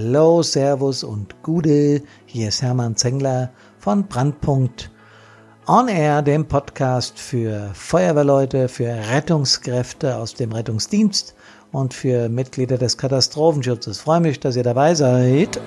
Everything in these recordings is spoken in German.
Hallo, Servus und Gude, hier ist Hermann Zengler von Brandpunkt On Air, dem Podcast für Feuerwehrleute, für Rettungskräfte aus dem Rettungsdienst und für Mitglieder des Katastrophenschutzes. Ich freue mich, dass ihr dabei seid.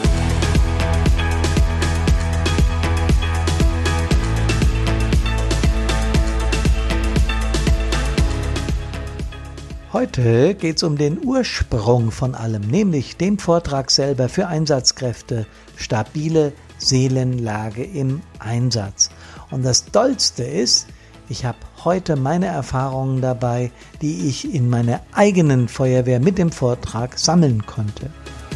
Heute geht es um den Ursprung von allem, nämlich dem Vortrag selber für Einsatzkräfte, stabile Seelenlage im Einsatz. Und das Tollste ist, ich habe heute meine Erfahrungen dabei, die ich in meiner eigenen Feuerwehr mit dem Vortrag sammeln konnte.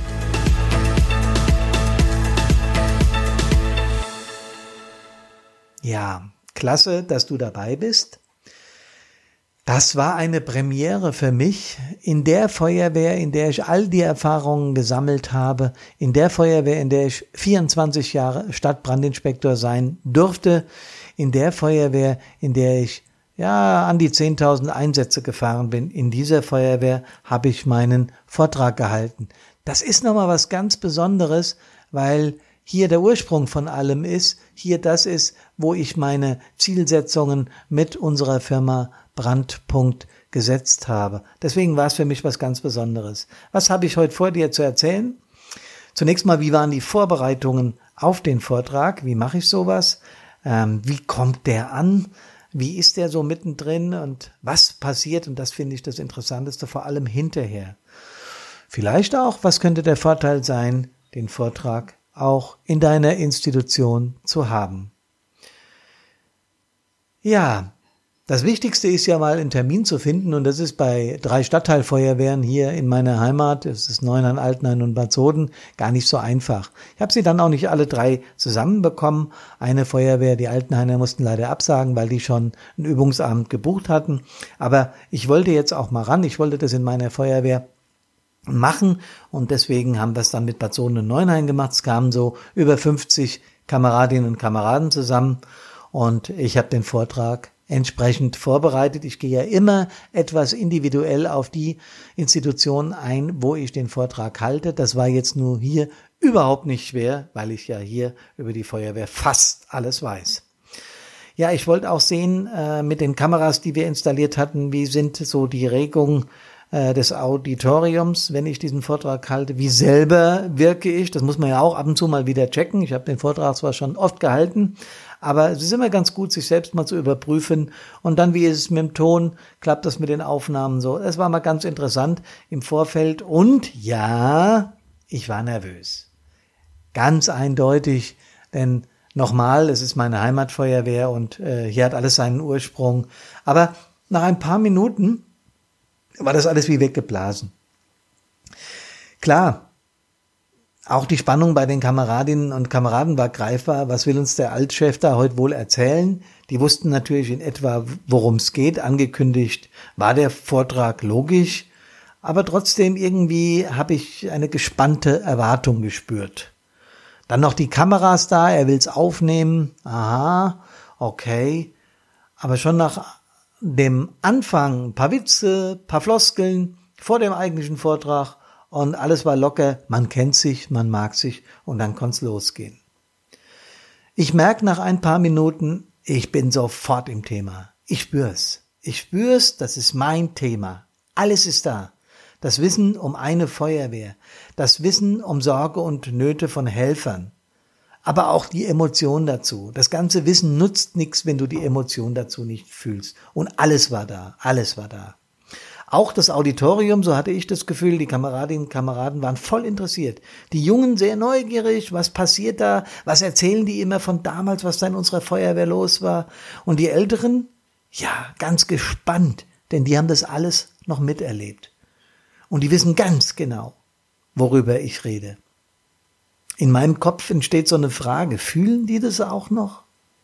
Ja, klasse, dass du dabei bist. Das war eine Premiere für mich in der Feuerwehr, in der ich all die Erfahrungen gesammelt habe, in der Feuerwehr, in der ich 24 Jahre Stadtbrandinspektor sein durfte, in der Feuerwehr, in der ich an die 10.000 Einsätze gefahren bin. In dieser Feuerwehr habe ich meinen Vortrag gehalten. Das ist nochmal was ganz Besonderes, weil hier der Ursprung von allem ist, hier das ist, wo ich meine Zielsetzungen mit unserer Firma Brandpunkt gesetzt habe. Deswegen war es für mich was ganz Besonderes. Was habe ich heute vor, dir zu erzählen? Zunächst mal, wie waren die Vorbereitungen auf den Vortrag? Wie mache ich sowas? Wie kommt der an? Wie ist der so mittendrin? Und was passiert? Und das finde ich das Interessanteste, vor allem hinterher. Vielleicht auch, was könnte der Vorteil sein, den Vortrag auch in deiner Institution zu haben? Ja, das Wichtigste ist ja mal einen Termin zu finden und das ist bei 3 Stadtteilfeuerwehren hier in meiner Heimat, das ist Neuenhain, Altenhain und Bad Soden, gar nicht so einfach. Ich habe sie dann auch nicht alle 3 zusammenbekommen. Eine Feuerwehr, die Altenhainer, mussten leider absagen, weil die schon einen Übungsabend gebucht hatten. Aber ich wollte jetzt auch mal ran, ich wollte das in meiner Feuerwehr machen und deswegen haben wir es dann mit Bad Soden und Neuenhain gemacht. Es kamen so über 50 Kameradinnen und Kameraden zusammen und ich habe den Vortrag entsprechend vorbereitet. Ich gehe ja immer etwas individuell auf die Institutionen ein, wo ich den Vortrag halte. Das war jetzt nur hier überhaupt nicht schwer, weil ich ja hier über die Feuerwehr fast alles weiß. Ja, ich wollte auch sehen, mit den Kameras, die wir installiert hatten, wie sind so die Regungen des Auditoriums, wenn ich diesen Vortrag halte, wie selber wirke ich, das muss man ja auch ab und zu mal wieder checken. Ich habe den Vortrag zwar schon oft gehalten, aber es ist immer ganz gut, sich selbst mal zu überprüfen und dann, wie ist es mit dem Ton, klappt das mit den Aufnahmen so. Das war mal ganz interessant im Vorfeld und ja, ich war nervös. Ganz eindeutig, denn nochmal, es ist meine Heimatfeuerwehr und hier hat alles seinen Ursprung. Aber nach ein paar Minuten war das alles wie weggeblasen. Klar, auch die Spannung bei den Kameradinnen und Kameraden war greifbar. Was will uns der Altchef da heute wohl erzählen? Die wussten natürlich in etwa, worum es geht. Angekündigt war der Vortrag logisch, aber trotzdem irgendwie habe ich eine gespannte Erwartung gespürt. Dann noch die Kameras da, er will's aufnehmen. Aha, okay. Aber schon nach dem Anfang, ein paar Witze, ein paar Floskeln vor dem eigentlichen Vortrag und alles war locker, man kennt sich, man mag sich und dann kann's losgehen. Ich merke nach ein paar Minuten, ich bin sofort im Thema. Ich spür's, das ist mein Thema. Alles ist da. Das Wissen um eine Feuerwehr, das Wissen um Sorge und Nöte von Helfern, aber auch die Emotion dazu. Das ganze Wissen nutzt nichts, wenn du die Emotion dazu nicht fühlst. Und alles war da, alles war da. Auch das Auditorium, so hatte ich das Gefühl, die Kameradinnen und Kameraden waren voll interessiert. Die Jungen sehr neugierig, was passiert da, was erzählen die immer von damals, was da in unserer Feuerwehr los war. Und die Älteren, ja, ganz gespannt, denn die haben das alles noch miterlebt. Und die wissen ganz genau, worüber ich rede. In meinem Kopf entsteht so eine Frage, fühlen die das auch noch?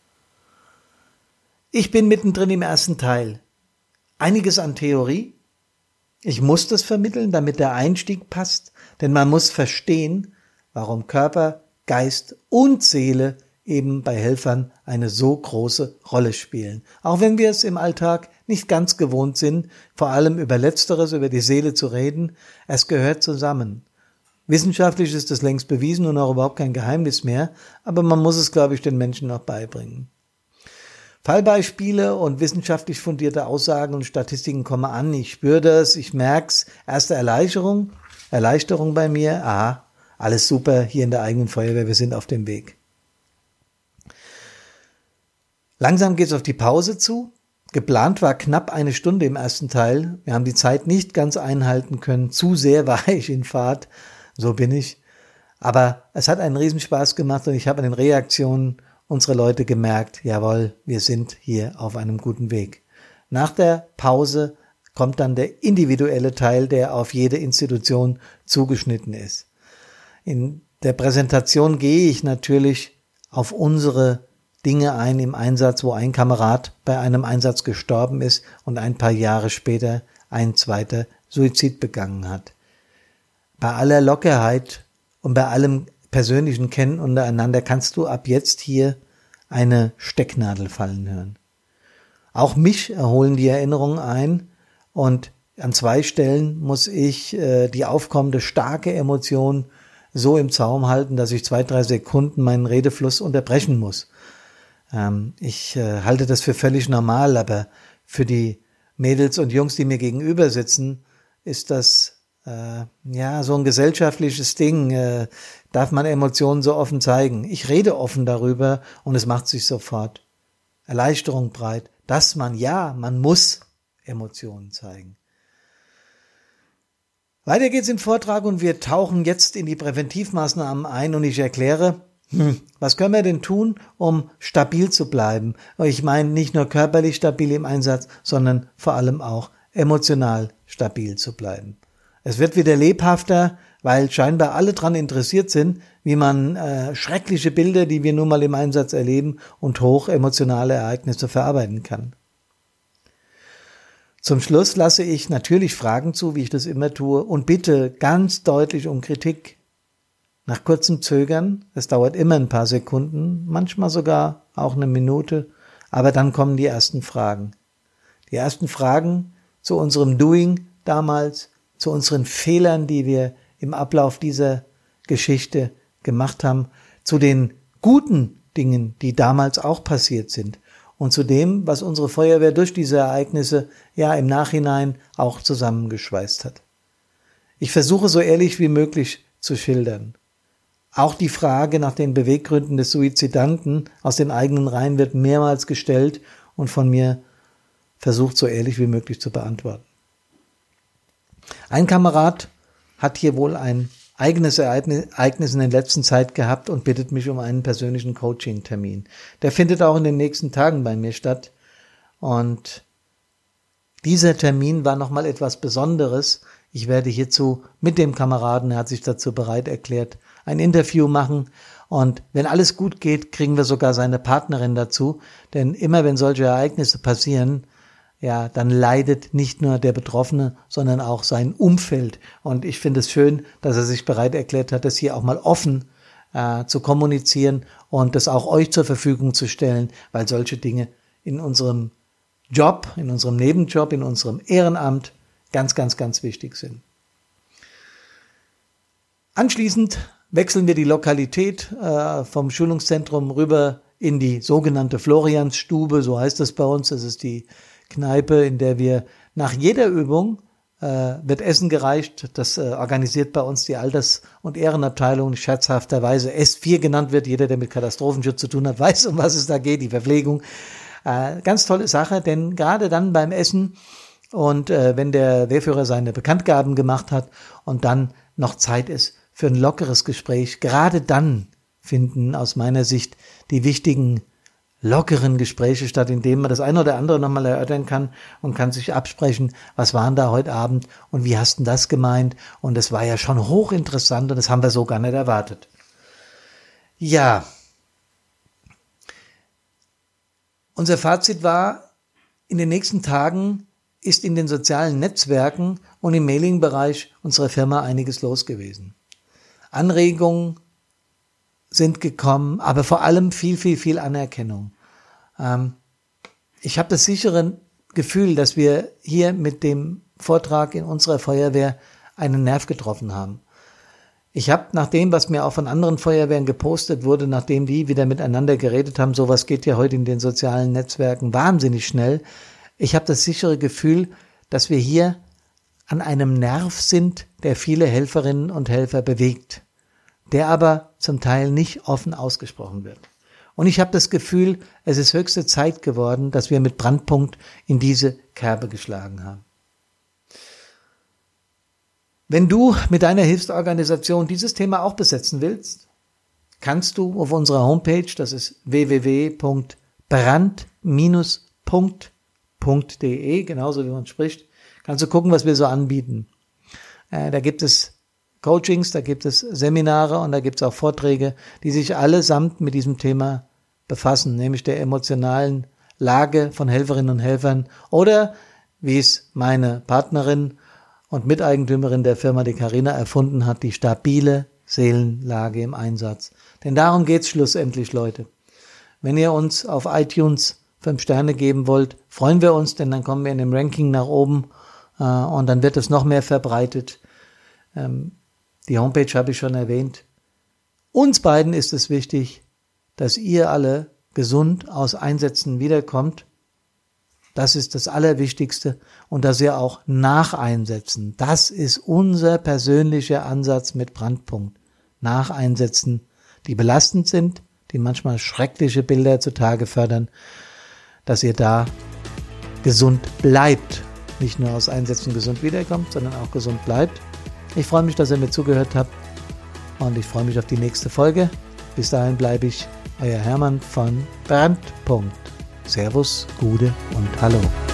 Ich bin mittendrin im ersten Teil. Einiges an Theorie. Ich muss das vermitteln, damit der Einstieg passt, denn man muss verstehen, warum Körper, Geist und Seele eben bei Helfern eine so große Rolle spielen. Auch wenn wir es im Alltag nicht ganz gewohnt sind, vor allem über Letzteres, über die Seele zu reden, es gehört zusammen. Wissenschaftlich ist das längst bewiesen und auch überhaupt kein Geheimnis mehr, aber man muss es, glaube ich, den Menschen noch beibringen. Fallbeispiele und wissenschaftlich fundierte Aussagen und Statistiken kommen an. Ich spüre das, ich merke es. Erste Erleichterung bei mir. Aha, alles super hier in der eigenen Feuerwehr, wir sind auf dem Weg. Langsam geht es auf die Pause zu. Geplant war knapp 1 Stunde im ersten Teil. Wir haben die Zeit nicht ganz einhalten können. Zu sehr war ich in Fahrt. So bin ich. Aber es hat einen Riesenspaß gemacht und ich habe an den Reaktionen unserer Leute gemerkt, jawohl, wir sind hier auf einem guten Weg. Nach der Pause kommt dann der individuelle Teil, der auf jede Institution zugeschnitten ist. In der Präsentation gehe ich natürlich auf unsere Dinge ein im Einsatz, wo ein Kamerad bei einem Einsatz gestorben ist und ein paar Jahre später ein zweiter Suizid begangen hat. Bei aller Lockerheit und bei allem persönlichen Kennen untereinander kannst du ab jetzt hier eine Stecknadel fallen hören. Auch mich erholen die Erinnerungen ein und an 2 Stellen muss ich die aufkommende starke Emotion so im Zaum halten, dass ich 2-3 Sekunden meinen Redefluss unterbrechen muss. Ich halte das für völlig normal, aber für die Mädels und Jungs, die mir gegenüber sitzen, ist das so ein gesellschaftliches Ding. Darf man Emotionen so offen zeigen? Ich rede offen darüber und es macht sich sofort Erleichterung breit, dass man muss Emotionen zeigen. Weiter geht's im Vortrag und wir tauchen jetzt in die Präventivmaßnahmen ein und ich erkläre, was können wir denn tun, um stabil zu bleiben? Ich meine nicht nur körperlich stabil im Einsatz, sondern vor allem auch emotional stabil zu bleiben. Es wird wieder lebhafter, weil scheinbar alle daran interessiert sind, wie man schreckliche Bilder, die wir nun mal im Einsatz erleben, und hoch emotionale Ereignisse verarbeiten kann. Zum Schluss lasse ich natürlich Fragen zu, wie ich das immer tue, und bitte ganz deutlich um Kritik. Nach kurzem Zögern, es dauert immer ein paar Sekunden, manchmal sogar auch 1 Minute, aber dann kommen die ersten Fragen. Die ersten Fragen zu unserem Doing damals, zu unseren Fehlern, die wir im Ablauf dieser Geschichte gemacht haben, zu den guten Dingen, die damals auch passiert sind und zu dem, was unsere Feuerwehr durch diese Ereignisse im Nachhinein auch zusammengeschweißt hat. Ich versuche so ehrlich wie möglich zu schildern. Auch die Frage nach den Beweggründen des Suizidanten aus den eigenen Reihen wird mehrmals gestellt und von mir versucht, so ehrlich wie möglich zu beantworten. Ein Kamerad hat hier wohl ein eigenes Ereignis in der letzten Zeit gehabt und bittet mich um einen persönlichen Coaching-Termin. Der findet auch in den nächsten Tagen bei mir statt. Und dieser Termin war nochmal etwas Besonderes. Ich werde hierzu mit dem Kameraden, er hat sich dazu bereit erklärt, ein Interview machen. Und wenn alles gut geht, kriegen wir sogar seine Partnerin dazu. Denn immer wenn solche Ereignisse passieren, dann leidet nicht nur der Betroffene, sondern auch sein Umfeld. Und ich finde es schön, dass er sich bereit erklärt hat, das hier auch mal offen zu kommunizieren und das auch euch zur Verfügung zu stellen, weil solche Dinge in unserem Job, in unserem Nebenjob, in unserem Ehrenamt ganz, ganz, ganz wichtig sind. Anschließend wechseln wir die Lokalität vom Schulungszentrum rüber in die sogenannte Floriansstube, so heißt es bei uns. Das ist die Kneipe, in der wir nach jeder Übung wird Essen gereicht. Das organisiert bei uns die Alters- und Ehrenabteilung, die scherzhafterweise S4 genannt wird. Jeder, der mit Katastrophenschutz zu tun hat, weiß, um was es da geht, die Verpflegung. Ganz tolle Sache, denn gerade dann beim Essen und wenn der Wehrführer seine Bekanntgaben gemacht hat und dann noch Zeit ist für ein lockeres Gespräch, gerade dann finden aus meiner Sicht die wichtigen lockeren Gespräche statt, indem man das eine oder andere nochmal erörtern kann und kann sich absprechen, was waren da heute Abend und wie hast du das gemeint? Und es war ja schon hochinteressant und das haben wir so gar nicht erwartet. Ja, unser Fazit war, in den nächsten Tagen ist in den sozialen Netzwerken und im Mailing-Bereich unserer Firma einiges los gewesen. Anregungen sind gekommen, aber vor allem viel, viel, viel Anerkennung. Ich habe das sichere Gefühl, dass wir hier mit dem Vortrag in unserer Feuerwehr einen Nerv getroffen haben. Ich habe nach dem, was mir auch von anderen Feuerwehren gepostet wurde, nachdem die wieder miteinander geredet haben, sowas geht ja heute in den sozialen Netzwerken wahnsinnig schnell. Ich habe das sichere Gefühl, dass wir hier an einem Nerv sind, der viele Helferinnen und Helfer bewegt, der aber zum Teil nicht offen ausgesprochen wird. Und ich habe das Gefühl, es ist höchste Zeit geworden, dass wir mit Brandpunkt in diese Kerbe geschlagen haben. Wenn du mit deiner Hilfsorganisation dieses Thema auch besetzen willst, kannst du auf unserer Homepage, das ist www.brand-punkt.de, genauso wie man spricht, kannst du gucken, was wir so anbieten. Da gibt es Coachings, da gibt es Seminare und da gibt es auch Vorträge, die sich allesamt mit diesem Thema befassen, nämlich der emotionalen Lage von Helferinnen und Helfern oder, wie es meine Partnerin und Miteigentümerin der Firma, die Carina erfunden hat, die stabile Seelenlage im Einsatz. Denn darum geht's schlussendlich, Leute. Wenn ihr uns auf iTunes 5 Sterne geben wollt, freuen wir uns, denn dann kommen wir in dem Ranking nach oben und dann wird es noch mehr verbreitet. Die Homepage habe ich schon erwähnt. Uns beiden ist es wichtig, dass ihr alle gesund aus Einsätzen wiederkommt. Das ist das Allerwichtigste und dass ihr auch nach Einsätzen, das ist unser persönlicher Ansatz mit Brandpunkt, nach Einsätzen, die belastend sind, die manchmal schreckliche Bilder zutage fördern, dass ihr da gesund bleibt, nicht nur aus Einsätzen gesund wiederkommt, sondern auch gesund bleibt. Ich freue mich, dass ihr mir zugehört habt und ich freue mich auf die nächste Folge. Bis dahin bleibe ich euer Hermann von Brandpunkt. Servus, Gude und Hallo.